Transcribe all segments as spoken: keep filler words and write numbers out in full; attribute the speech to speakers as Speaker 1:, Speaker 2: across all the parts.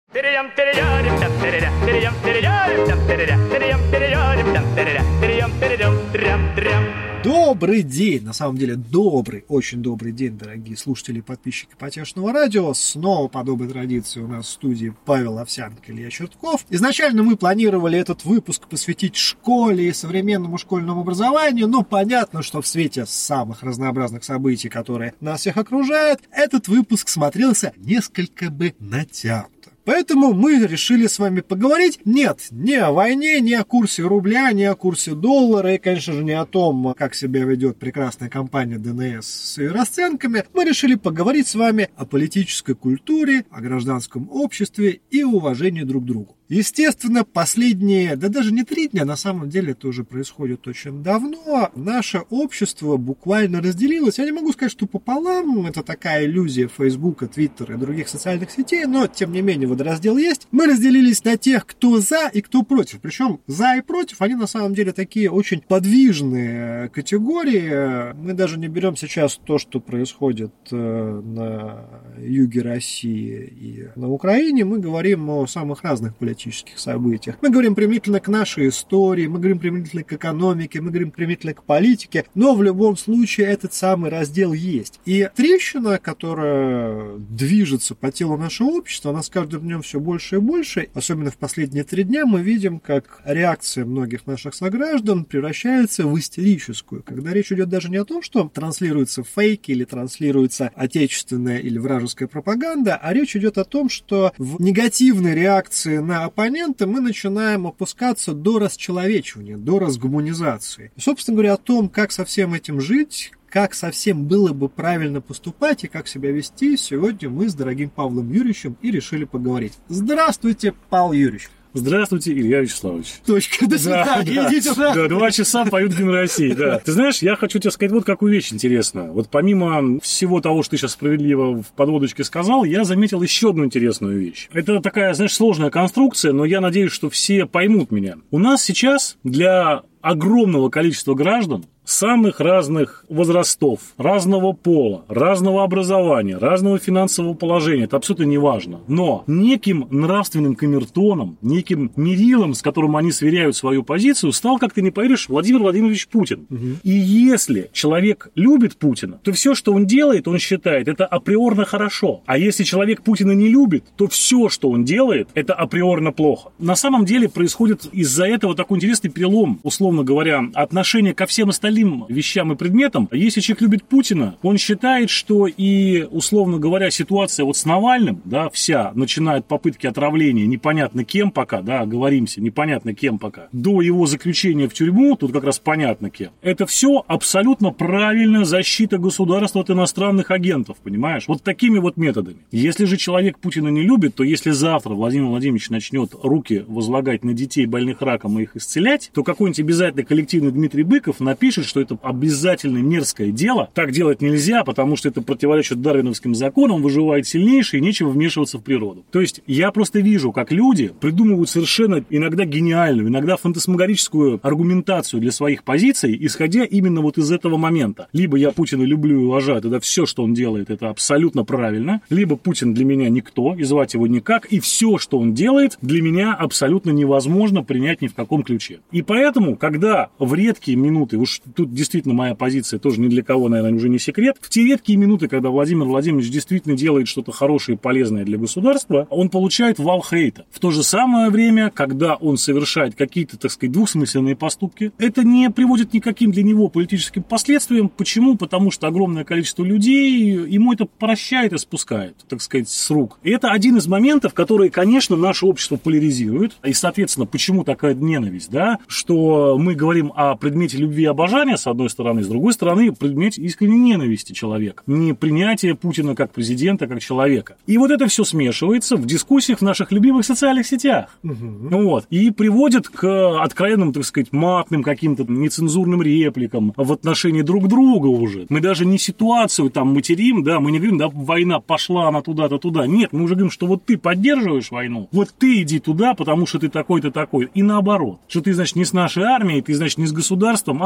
Speaker 1: Добрый день, на самом деле добрый, очень добрый день, дорогие слушатели и подписчики Потешного радио. Снова по доброй традиции у нас в студии Павел Овсянко, Илья Чертков. Изначально мы планировали этот выпуск посвятить школе и современному школьному образованию, но понятно, что в свете самых разнообразных событий, которые нас всех окружают, этот выпуск смотрелся несколько бы натянуто. Поэтому мы решили с вами поговорить, нет, не о войне, не о курсе рубля, не о курсе доллара и, конечно же, не о том, как себя ведет прекрасная компания ДНС с ее расценками. Мы решили поговорить с вами о политической культуре, о гражданском обществе и уважении друг к другу. Естественно, последние, да даже не три дня, на самом деле это уже происходит очень давно, наше общество буквально разделилось. Я не могу сказать, что пополам, это такая иллюзия Фейсбука, Твиттера и других социальных сетей, но, тем не менее, водораздел есть. Мы разделились на тех, кто за и кто против. Причем за и против, они на самом деле такие очень подвижные категории. Мы даже не берем сейчас то, что происходит на юге России и на Украине. Мы говорим о самых разных политических событиях. Мы говорим применительно к нашей истории, мы говорим применительно к экономике, мы говорим применительно к политике, но в любом случае этот самый раздел есть. И трещина, которая движется по телу нашего общества, она с каждым днем все больше и больше. Особенно в последние три дня мы видим, как реакция многих наших сограждан превращается в истерическую, когда речь идет даже не о том, что транслируются фейки или транслируется отечественная или вражеская пропаганда, а речь идет о том, что в негативной реакции на оппонента мы начинаем опускаться до расчеловечивания, до разгуманизации. И, собственно говоря, о том, как со всем этим жить, как совсем было бы правильно поступать и как себя вести, сегодня мы с дорогим Павлом Юрьевичем и решили поговорить. Здравствуйте, Павел Юрьевич.
Speaker 2: Здравствуйте, Илья Вячеславович.
Speaker 1: Точка, до свидания,
Speaker 2: да,
Speaker 1: идите
Speaker 2: да, да, два часа поют гимн России, да. Ты знаешь, я хочу тебе сказать вот какую вещь интересную. Вот помимо всего того, что ты сейчас справедливо в подводочке сказал, я заметил еще одну интересную вещь. Это такая, знаешь, сложная конструкция, но я надеюсь, что все поймут меня. У нас сейчас для огромного количества граждан самых разных возрастов, разного пола, разного образования, разного финансового положения, это абсолютно не важно. Но неким нравственным камертоном, неким мерилом, с которым они сверяют свою позицию, стал, как ты не поверишь, Владимир Владимирович Путин. Угу. И если человек любит Путина, то все, что он делает, он считает, это априорно хорошо. А если человек Путина не любит, то все, что он делает, это априорно плохо. На самом деле происходит из-за этого такой интересный перелом, условно говоря, отношение ко всем остальным вещам и предметам. Если человек любит Путина, он считает, что и, условно говоря, ситуация вот с Навальным, да, вся, начиная от попытки отравления непонятно кем пока, да, оговоримся, непонятно кем пока, до его заключения в тюрьму, тут как раз понятно кем, это все абсолютно правильная защита государства от иностранных агентов, понимаешь? Вот такими вот методами. Если же человек Путина не любит, то если завтра Владимир Владимирович начнет руки возлагать на детей больных раком и их исцелять, то какой-нибудь обязательно коллективный Дмитрий Быков напишет, что это обязательно мерзкое дело. Так делать нельзя, потому что это противоречит дарвиновским законам, выживает сильнейший, и нечего вмешиваться в природу. То есть я просто вижу, как люди придумывают совершенно иногда гениальную, иногда фантасмагорическую аргументацию для своих позиций, исходя именно вот из этого момента. Либо я Путина люблю и уважаю, тогда все, что он делает, это абсолютно правильно. Либо Путин для меня никто, и звать его никак, и все, что он делает, для меня абсолютно невозможно принять ни в каком ключе. И поэтому, когда в редкие минуты, уж тут действительно моя позиция тоже ни для кого, наверное, уже не секрет, в те редкие минуты, когда Владимир Владимирович действительно делает что-то хорошее и полезное для государства, он получает вал хейта. В то же самое время, когда он совершает какие-то, так сказать, двусмысленные поступки, это не приводит ни к каким для него политическим последствиям. Почему? Потому что огромное количество людей ему это прощает и спускает, так сказать, с рук. И это один из моментов, которые, конечно, наше общество поляризирует. И, соответственно, почему такая ненависть, да? Что мы говорим о предмете любви и обожания, с одной стороны, с другой стороны, предмете искренней ненависти человека. Не принятие Путина как президента, как человека. И вот это все смешивается в дискуссиях в наших любимых социальных сетях. Угу. Вот. И приводит к откровенным, так сказать, матным каким-то нецензурным репликам в отношении друг друга уже. Мы даже не ситуацию там материм, да, мы не говорим, да, война пошла, она туда-то туда. Нет, мы уже говорим, что вот ты поддерживаешь войну, вот ты иди туда, потому что ты такой-то такой. И наоборот, что ты, значит, не с нашей армией, ты, значит, не с государством, ах, ты, значит,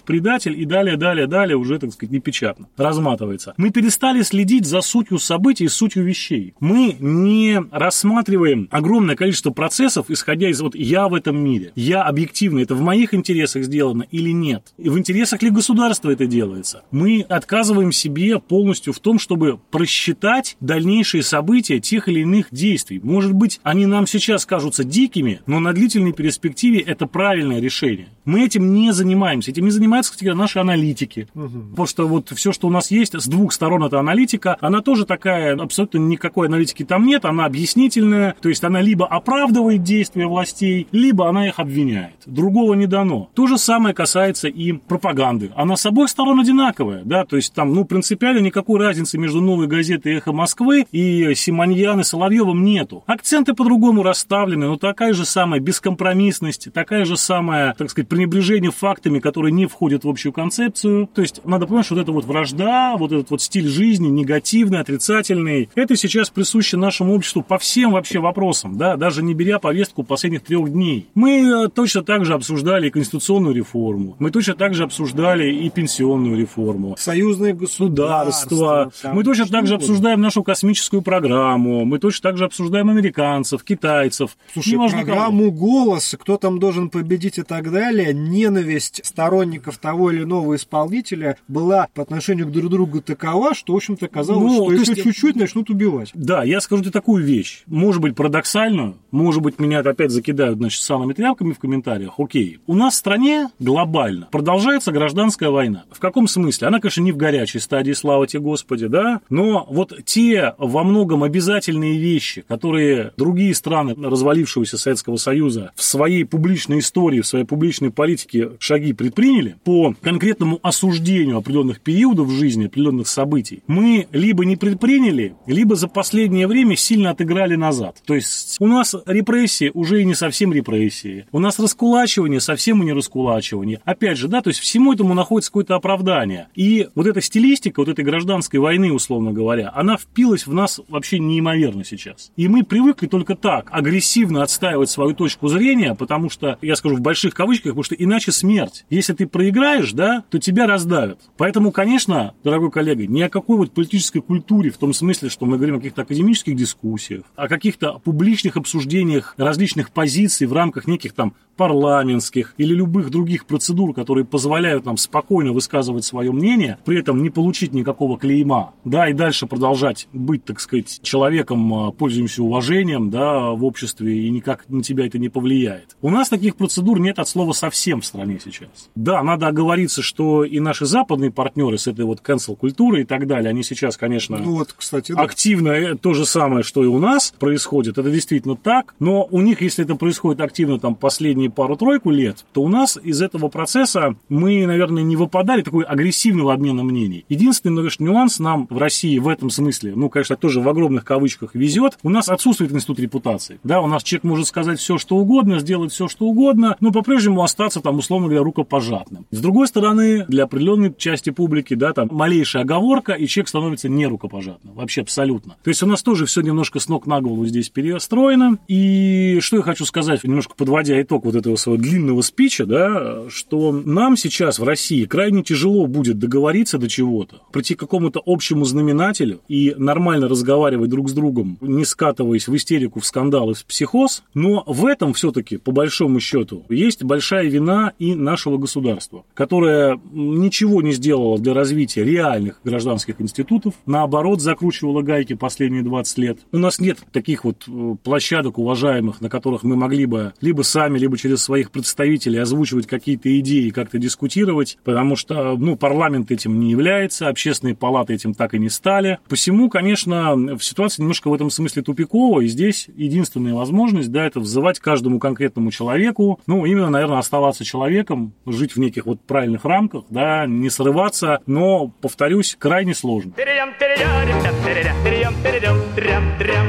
Speaker 2: предатель и далее, далее, далее уже, так сказать, непечатно разматывается. Мы перестали следить за сутью событий и сутью вещей. Мы не рассматриваем огромное количество процессов, исходя из вот «я в этом мире», «я объективно», это в моих интересах сделано или нет, и в интересах ли государства это делается. Мы отказываем себе полностью в том, чтобы просчитать дальнейшие события тех или иных действий. Может быть, они нам сейчас кажутся дикими, но на длительной перспективе это правильное решение. Мы этим не занимаемся. Этим не занимаются, кстати, наши аналитики. Угу. Потому что вот все, что у нас есть, с двух сторон это аналитика, она тоже такая, абсолютно никакой аналитики там нет, она объяснительная, то есть она либо оправдывает действия властей, либо она их обвиняет. Другого не дано. То же самое касается и пропаганды. Она с обоих сторон одинаковая, да, то есть там, ну, принципиально никакой разницы между «Новой газетой» «Эхо Москвы» и Симоньян и Соловьевым нету. Акценты по-другому расставлены, но такая же самая бескомпромиссность, такая же самая, так сказать, пренебрежение фактами, которые не входят в общую концепцию. То есть надо понимать, что вот эта вот вражда, вот этот вот стиль жизни негативный, отрицательный, это сейчас присуще нашему обществу по всем вообще вопросам, да, даже не беря повестку последних трех дней. Мы точно так же обсуждали и конституционную реформу, мы точно так же обсуждали и пенсионную реформу,
Speaker 1: союзное государство,
Speaker 2: там, мы точно так же обсуждаем нашу космическую программу, мы точно так же обсуждаем американцев, китайцев.
Speaker 1: Слушай, программу «Голос», кто там должен победить и так далее, ненависть сторонников того или иного исполнителя была по отношению к друг другу такова, что, в общем-то, казалось, ну, что если есть... чуть-чуть начнут убивать.
Speaker 2: Да, я скажу тебе такую вещь, может быть, парадоксальную, может быть, меня опять закидают, значит, самыми тряпками в комментариях, окей. У нас в стране глобально продолжается гражданская война. В каком смысле? Она, конечно, не в горячей стадии, слава тебе, Господи, да, но вот те во многом обязательные вещи, которые другие страны развалившегося Советского Союза в своей публичной истории, в своей публичной политике шаги предприняли по конкретному осуждению определенных периодов в жизни, определенных событий, мы либо не предприняли, либо за последнее время сильно отыграли назад. То есть у нас репрессии уже и не совсем репрессии, у нас раскулачивание совсем и не раскулачивание. Опять же, да, то есть всему этому находится какое-то оправдание. И вот эта стилистика, вот этой гражданской войны, условно говоря, она впилась в нас вообще неимоверно сейчас. И мы привыкли только так агрессивно отстаивать свою точку зрения, потому что, я скажу в больших кавычках, потому что иначе смерть. Если ты проиграешь, да, то тебя раздавят. Поэтому, конечно, дорогой коллега, ни о какой вот политической культуре, в том смысле, что мы говорим о каких-то академических дискуссиях, о каких-то публичных обсуждениях различных позиций в рамках неких там парламентских или любых других процедур, которые позволяют нам спокойно высказывать свое мнение, при этом не получить никакого клейма, да, и дальше продолжать быть, так сказать, человеком, пользующимся уважением, да, в обществе, и никак на тебя это не повлияет. У нас таких процедур нет от слова совсем в стране сейчас. Да, надо оговориться, что и наши западные партнеры с этой вот cancel-культурой и так далее, они сейчас, конечно,
Speaker 1: ну вот, кстати, да.
Speaker 2: активно то же самое, что и у нас происходит, это действительно так, но у них, если это происходит активно там последние пару-тройку лет, то у нас из этого процесса мы, наверное, не выпадали такой агрессивного обмена мнений. Единственный, конечно, нюанс нам в России в этом смысле, ну, конечно, тоже в огромных кавычках везет, у нас отсутствует институт репутации. Да, у нас человек может сказать все, что угодно, сделать все, что угодно, но по-прежнему остаться там, условно говоря, рукопожатным. С другой стороны, для определенной части публики, да, там малейшая оговорка, и человек становится не рукопожатным. Вообще абсолютно. То есть у нас тоже все немножко с ног на голову здесь перестроено. И что я хочу сказать, немножко подводя итог вот этого своего длинного спича, да, что нам сейчас в России крайне тяжело будет договориться до чего-то, прийти к какому-то общему знаменателю и нормально разговаривать друг с другом, не скатываясь в истерику, в скандал и в психоз. Но в этом все-таки, по большому счету, есть большая вина и нашего государства, которое ничего не сделало для развития реальных гражданских институтов, наоборот, закручивало гайки последние двадцать лет. У нас нет таких вот площадок уважаемых, на которых мы могли бы либо сами, либо через своих представителей озвучивать какие-то идеи, как-то дискутировать, потому что, ну, парламент этим не является, общественные палаты этим так и не стали. Посему, конечно, ситуация немножко в этом смысле тупиковая, и здесь единственная возможность, да, это взывать каждому конкретному человеку, ну, именно, наверное, оставаться человеком, жить в неких вот правильных рамках, да, не срываться, но, повторюсь, крайне сложно.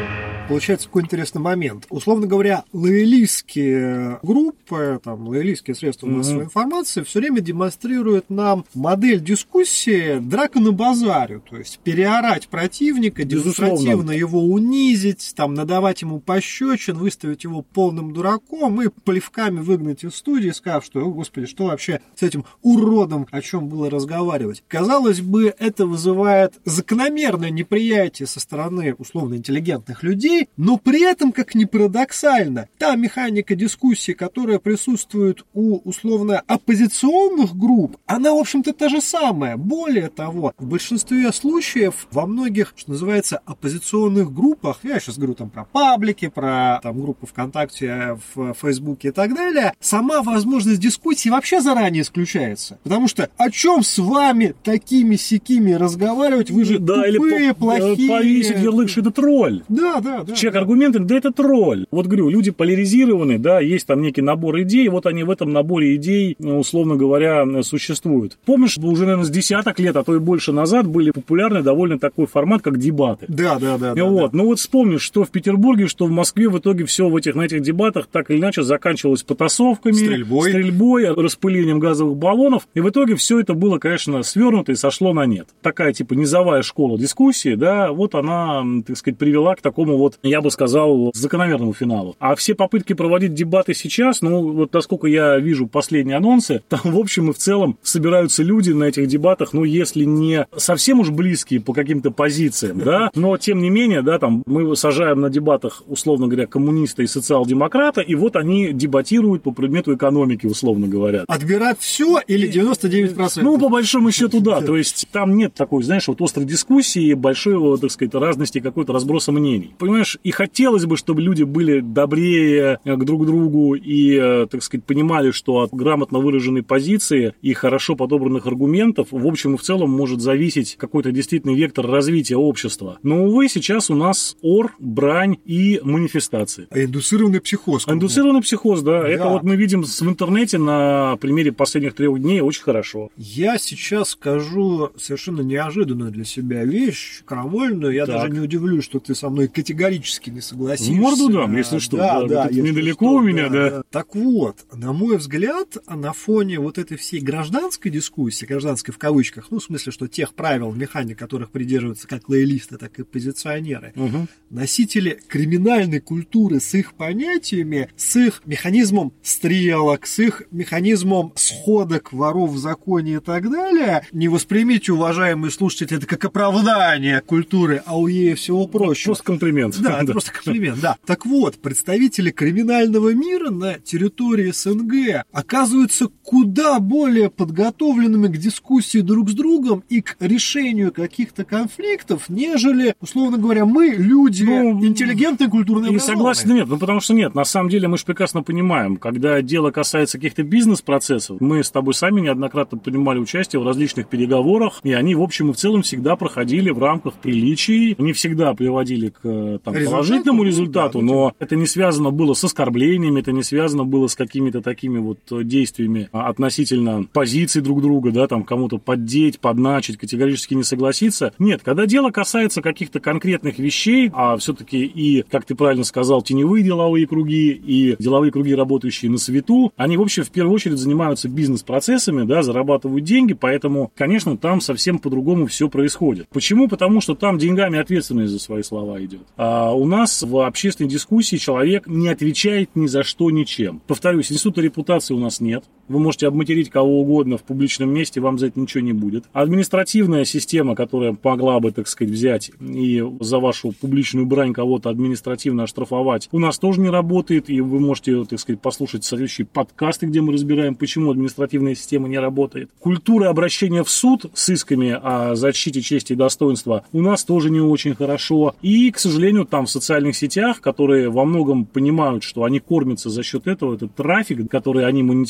Speaker 1: Получается какой интересный момент. Условно говоря, лоялистские группы, там, лоялистские средства массовой mm-hmm. информации все время демонстрируют нам модель дискуссии драка на базаре. То есть переорать противника, демонстративно его унизить, там, надавать ему пощечин, выставить его полным дураком и плевками выгнать из студии, сказав, что, о, господи, что вообще с этим уродом, о чем было разговаривать. Казалось бы, это вызывает закономерное неприятие со стороны условно интеллигентных людей, но при этом, как ни парадоксально, та механика дискуссии, которая присутствует у условно оппозиционных групп, она, в общем-то, та же самая. Более того, в большинстве случаев, во многих, что называется, оппозиционных группах, я сейчас говорю там про паблики, про там, группу ВКонтакте, в Фейсбуке и так далее, сама возможность дискуссии вообще заранее исключается. Потому что о чем с вами такими-сякими разговаривать? Вы же да, тупые,
Speaker 2: или
Speaker 1: плохие.
Speaker 2: Повесить ярлык, что это тролль.
Speaker 1: Да, да, да.
Speaker 2: Человек
Speaker 1: да.
Speaker 2: аргументы, да это тролль. Вот говорю, люди поляризированы, да, есть там некий набор идей, вот они в этом наборе идей, условно говоря, существуют. Помнишь, уже, наверное, с десяток лет, а то и больше назад были популярны довольно такой формат, как дебаты.
Speaker 1: Да, да, да.
Speaker 2: Вот.
Speaker 1: да.
Speaker 2: Ну вот вспомнишь, что в Петербурге, что в Москве в итоге все в этих, на этих дебатах так или иначе заканчивалось потасовками,
Speaker 1: стрельбой.
Speaker 2: стрельбой, распылением газовых баллонов. И в итоге все это было, конечно, свернуто и сошло на нет. Такая типа низовая школа дискуссии, да, вот она, так сказать, привела к такому вот, я бы сказал, закономерному финалу. А все попытки проводить дебаты сейчас, ну, вот насколько я вижу последние анонсы, там, в общем и в целом, собираются люди на этих дебатах, ну, если не совсем уж близкие по каким-то позициям, да, но, тем не менее, да, там, мы сажаем на дебатах, условно говоря, коммуниста и социал-демократа, и вот они дебатируют по предмету экономики, условно говоря.
Speaker 1: Отбирать все или девяносто девять процентов?
Speaker 2: Ну, по большому счету, да, то есть там нет такой, знаешь, вот острой дискуссии, большой, так сказать, разности какой-то разброса мнений. Понимаешь, и хотелось бы, чтобы люди были добрее к друг другу и, так сказать, понимали, что от грамотно выраженной позиции и хорошо подобранных аргументов в общем и в целом может зависеть какой-то действительный вектор развития общества. Но, увы, сейчас у нас ор, брань и манифестации.
Speaker 1: А индуцированный психоз.
Speaker 2: Индуцированный психоз, да.
Speaker 1: да.
Speaker 2: Это вот мы видим в интернете на примере последних трех дней очень хорошо.
Speaker 1: Я сейчас скажу совершенно неожиданную для себя вещь, крамольную. Я так. даже не удивлюсь, что ты со мной категорически не согласишься.
Speaker 2: В морду дам, если что.
Speaker 1: Да,
Speaker 2: да,
Speaker 1: да.
Speaker 2: Вот недалеко что, у меня, да, да.
Speaker 1: Так вот, на мой взгляд, на фоне вот этой всей гражданской дискуссии, гражданской в кавычках, ну, в смысле, что тех правил, механик которых придерживаются как лоялисты, так и позиционеры, угу. носители криминальной культуры с их понятиями, с их механизмом стрелок, с их механизмом сходок воров в законе и так далее, не воспримите, уважаемые слушатели, это как оправдание культуры, а у ей всего проще.
Speaker 2: Просто комплимент.
Speaker 1: Да, это просто комплимент, да. Так вот, представители криминального мира на территории СНГ оказываются куда более подготовленными к дискуссии друг с другом и к решению каких-то конфликтов, нежели, условно говоря, мы, люди, ну, интеллигентные, культурные
Speaker 2: не согласен, нет, ну потому что нет, на самом деле мы же прекрасно понимаем, когда дело касается каких-то бизнес-процессов, мы с тобой сами неоднократно принимали участие в различных переговорах, и они, в общем и в целом, всегда проходили в рамках приличий, не всегда приводили к там, положительному результату, да, но это не связано было с оскорблениями, это не связано было с какими-то такими вот действиями относительно позиций друг друга, да, там кому-то поддеть, подначить, категорически не согласиться. Нет, когда дело касается каких-то конкретных вещей, а все-таки и, как ты правильно сказал, теневые деловые круги и деловые круги, работающие на свету, они вообще в первую очередь занимаются бизнес-процессами, да, зарабатывают деньги, поэтому, конечно, там совсем по-другому все происходит. Почему? Потому что там деньгами ответственность за свои слова идет. А у нас в общественной дискуссии человек не отвечает ни за что ничем. Повторюсь, института репутации у нас нет. Вы можете обматерить кого угодно в публичном месте, вам за это ничего не будет. Административная система, которая могла бы, так сказать, взять и за вашу публичную брань кого-то административно оштрафовать, у нас тоже не работает, и вы можете, так сказать, послушать следующие подкасты, где мы разбираем, почему административная система не работает. Культура обращения в суд с исками о защите чести и достоинства у нас тоже не очень хорошо. И, к сожалению, там в социальных сетях, которые во многом понимают, что они кормятся за счет этого, этот трафик, который они монетизируют,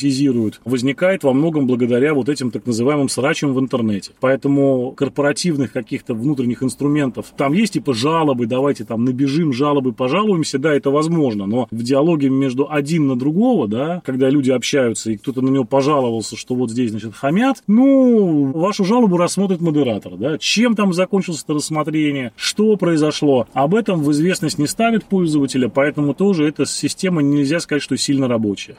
Speaker 2: существуют, возникает во многом благодаря вот этим так называемым срачам в интернете. Поэтому корпоративных каких-то внутренних инструментов, там есть типа жалобы, давайте там набежим, жалобы, пожалуемся, да, это возможно, но в диалоге между один на другого, да, когда люди общаются, и кто-то на него пожаловался, что вот здесь, значит, хамят, ну, вашу жалобу рассмотрит модератор, да, чем там закончилось это рассмотрение, что произошло, об этом в известность не ставит пользователя, поэтому тоже эта система, нельзя сказать, что сильно рабочая.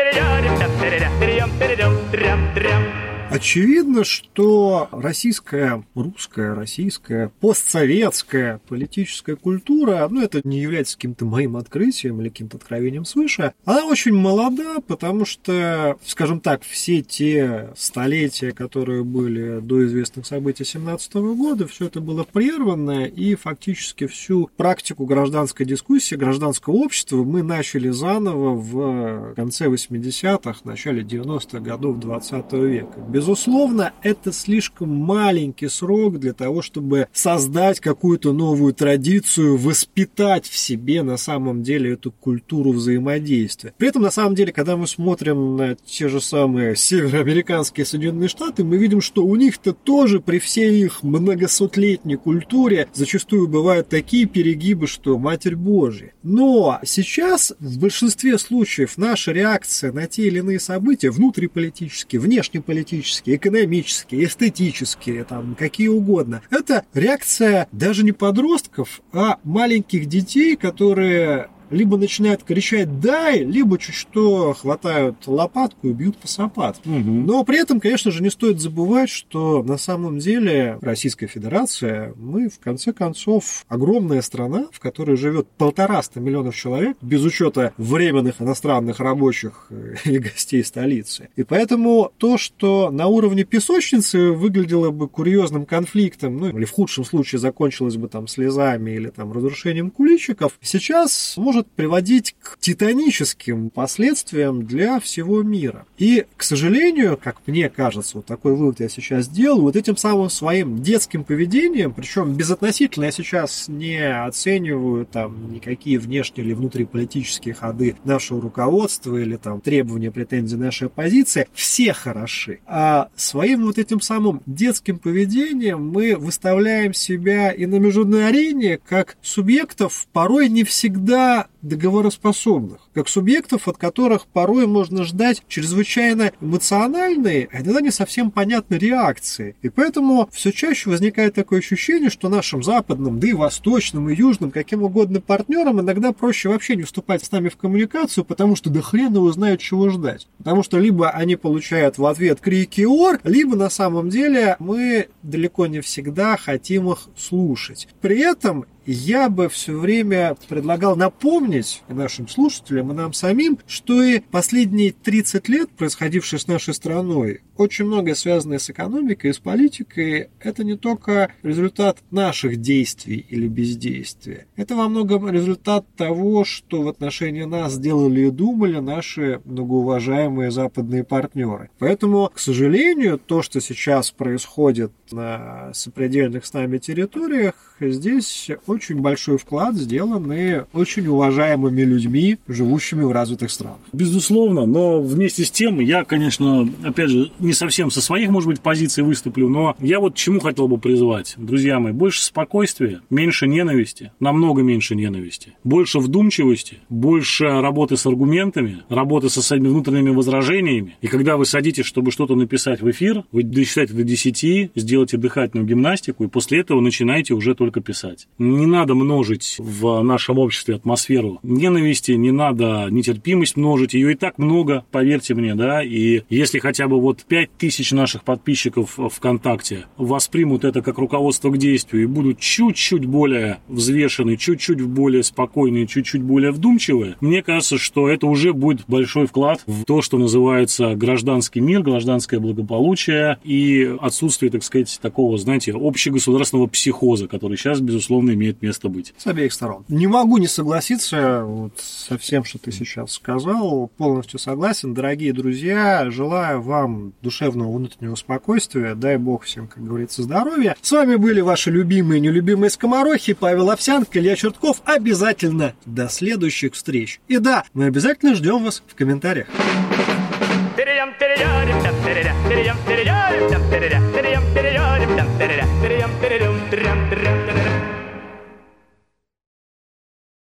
Speaker 1: Очевидно, что российская, русская, российская, постсоветская политическая культура, ну, это не является каким-то моим открытием или каким-то откровением свыше, она очень молода, потому что, скажем так, все те столетия, которые были до известных событий семнадцатого года, все это было прервано, и фактически всю практику гражданской дискуссии, гражданского общества мы начали заново в конце восьмидесятых, начале девяностых годов двадцатого века. Безусловно, это слишком маленький срок для того, чтобы создать какую-то новую традицию, воспитать в себе на самом деле эту культуру взаимодействия. При этом, на самом деле, когда мы смотрим на те же самые североамериканские Соединенные Штаты, мы видим, что у них-то тоже при всей их многосотлетней культуре зачастую бывают такие перегибы, что Матерь Божья. Но сейчас в большинстве случаев наша реакция на те или иные события, внутриполитические, внешнеполитические, экономические, эстетические, там, какие угодно. Это реакция даже не подростков, а маленьких детей, которые либо начинают кричать «дай», либо чуть что хватают лопатку и бьют по сапат. Угу. Но при этом, конечно же, не стоит забывать, что на самом деле Российская Федерация, мы, в конце концов, огромная страна, в которой живет полтораста миллионов человек, без учета временных иностранных рабочих и гостей столицы. И поэтому то, что на уровне песочницы выглядело бы курьезным конфликтом, ну или в худшем случае закончилось бы там слезами или там разрушением куличиков, сейчас может приводить к титаническим последствиям для всего мира. И, к сожалению, как мне кажется, вот такой вывод я сейчас сделал, вот этим самым своим детским поведением, причем безотносительно я сейчас не оцениваю там никакие внешние или внутриполитические ходы нашего руководства или там требования, претензии нашей оппозиции, все хороши. А своим вот этим самым детским поведением мы выставляем себя и на международной арене как субъектов порой не всегда договороспособных, как субъектов, от которых порой можно ждать чрезвычайно эмоциональные, а иногда не совсем понятной реакции. И поэтому все чаще возникает такое ощущение, что нашим западным, да и восточным, и южным, каким угодно партнерам иногда проще вообще не вступать с нами в коммуникацию, потому что да хрен его знают, чего ждать. Потому что либо они получают в ответ крики и ор, либо на самом деле мы далеко не всегда хотим их слушать. При этом я бы все время предлагал напомнить нашим слушателям и нам самим, что и последние тридцать лет, происходившие с нашей страной, очень многое связанное с экономикой и с политикой, это не только результат наших действий или бездействия. Это во многом результат того, что в отношении нас делали и думали наши многоуважаемые западные партнеры. Поэтому, к сожалению, то, что сейчас происходит на сопредельных с нами территориях, здесь очень большой вклад сделан и очень уважаемыми людьми, живущими в развитых странах.
Speaker 2: Безусловно, но вместе с тем я, конечно, опять же, не совсем со своих, может быть, позиций выступлю, но я вот к чему хотел бы призвать. Друзья мои, больше спокойствия, меньше ненависти, намного меньше ненависти, больше вдумчивости, больше работы с аргументами, работы со своими внутренними возражениями. И когда вы садитесь, чтобы что-то написать в эфир, вы досчитаете до десяти, сделайте дыхательную гимнастику, и после этого начинаете уже только писать. Не надо множить в нашем обществе атмосферу ненависти, не надо нетерпимость множить, ее и так много, поверьте мне, да, и если хотя бы вот пять тысяч наших подписчиков ВКонтакте воспримут это как руководство к действию и будут чуть-чуть более взвешены, чуть-чуть более спокойные, чуть-чуть более вдумчивые, мне кажется, что это уже будет большой вклад в то, что называется гражданский мир, гражданское благополучие и отсутствие, так сказать, такого, знаете, общегосударственного психоза, который сейчас, безусловно, имеет место быть.
Speaker 1: С обеих сторон. Не могу не согласиться вот со всем, что ты сейчас сказал. Полностью согласен. Дорогие друзья, желаю вам душевного внутреннего спокойствия. Дай Бог всем, как говорится, здоровья. С вами были ваши любимые и нелюбимые скоморохи. Павел Овсянко, Илья Чертков. Обязательно до следующих встреч. И да, мы обязательно ждем вас в комментариях.
Speaker 3: Teriyam teriyam tam teriyam teriyam teriyam tam teriyam teriyam teriyam tam teriyam teriyam teriyam teriyam teriyam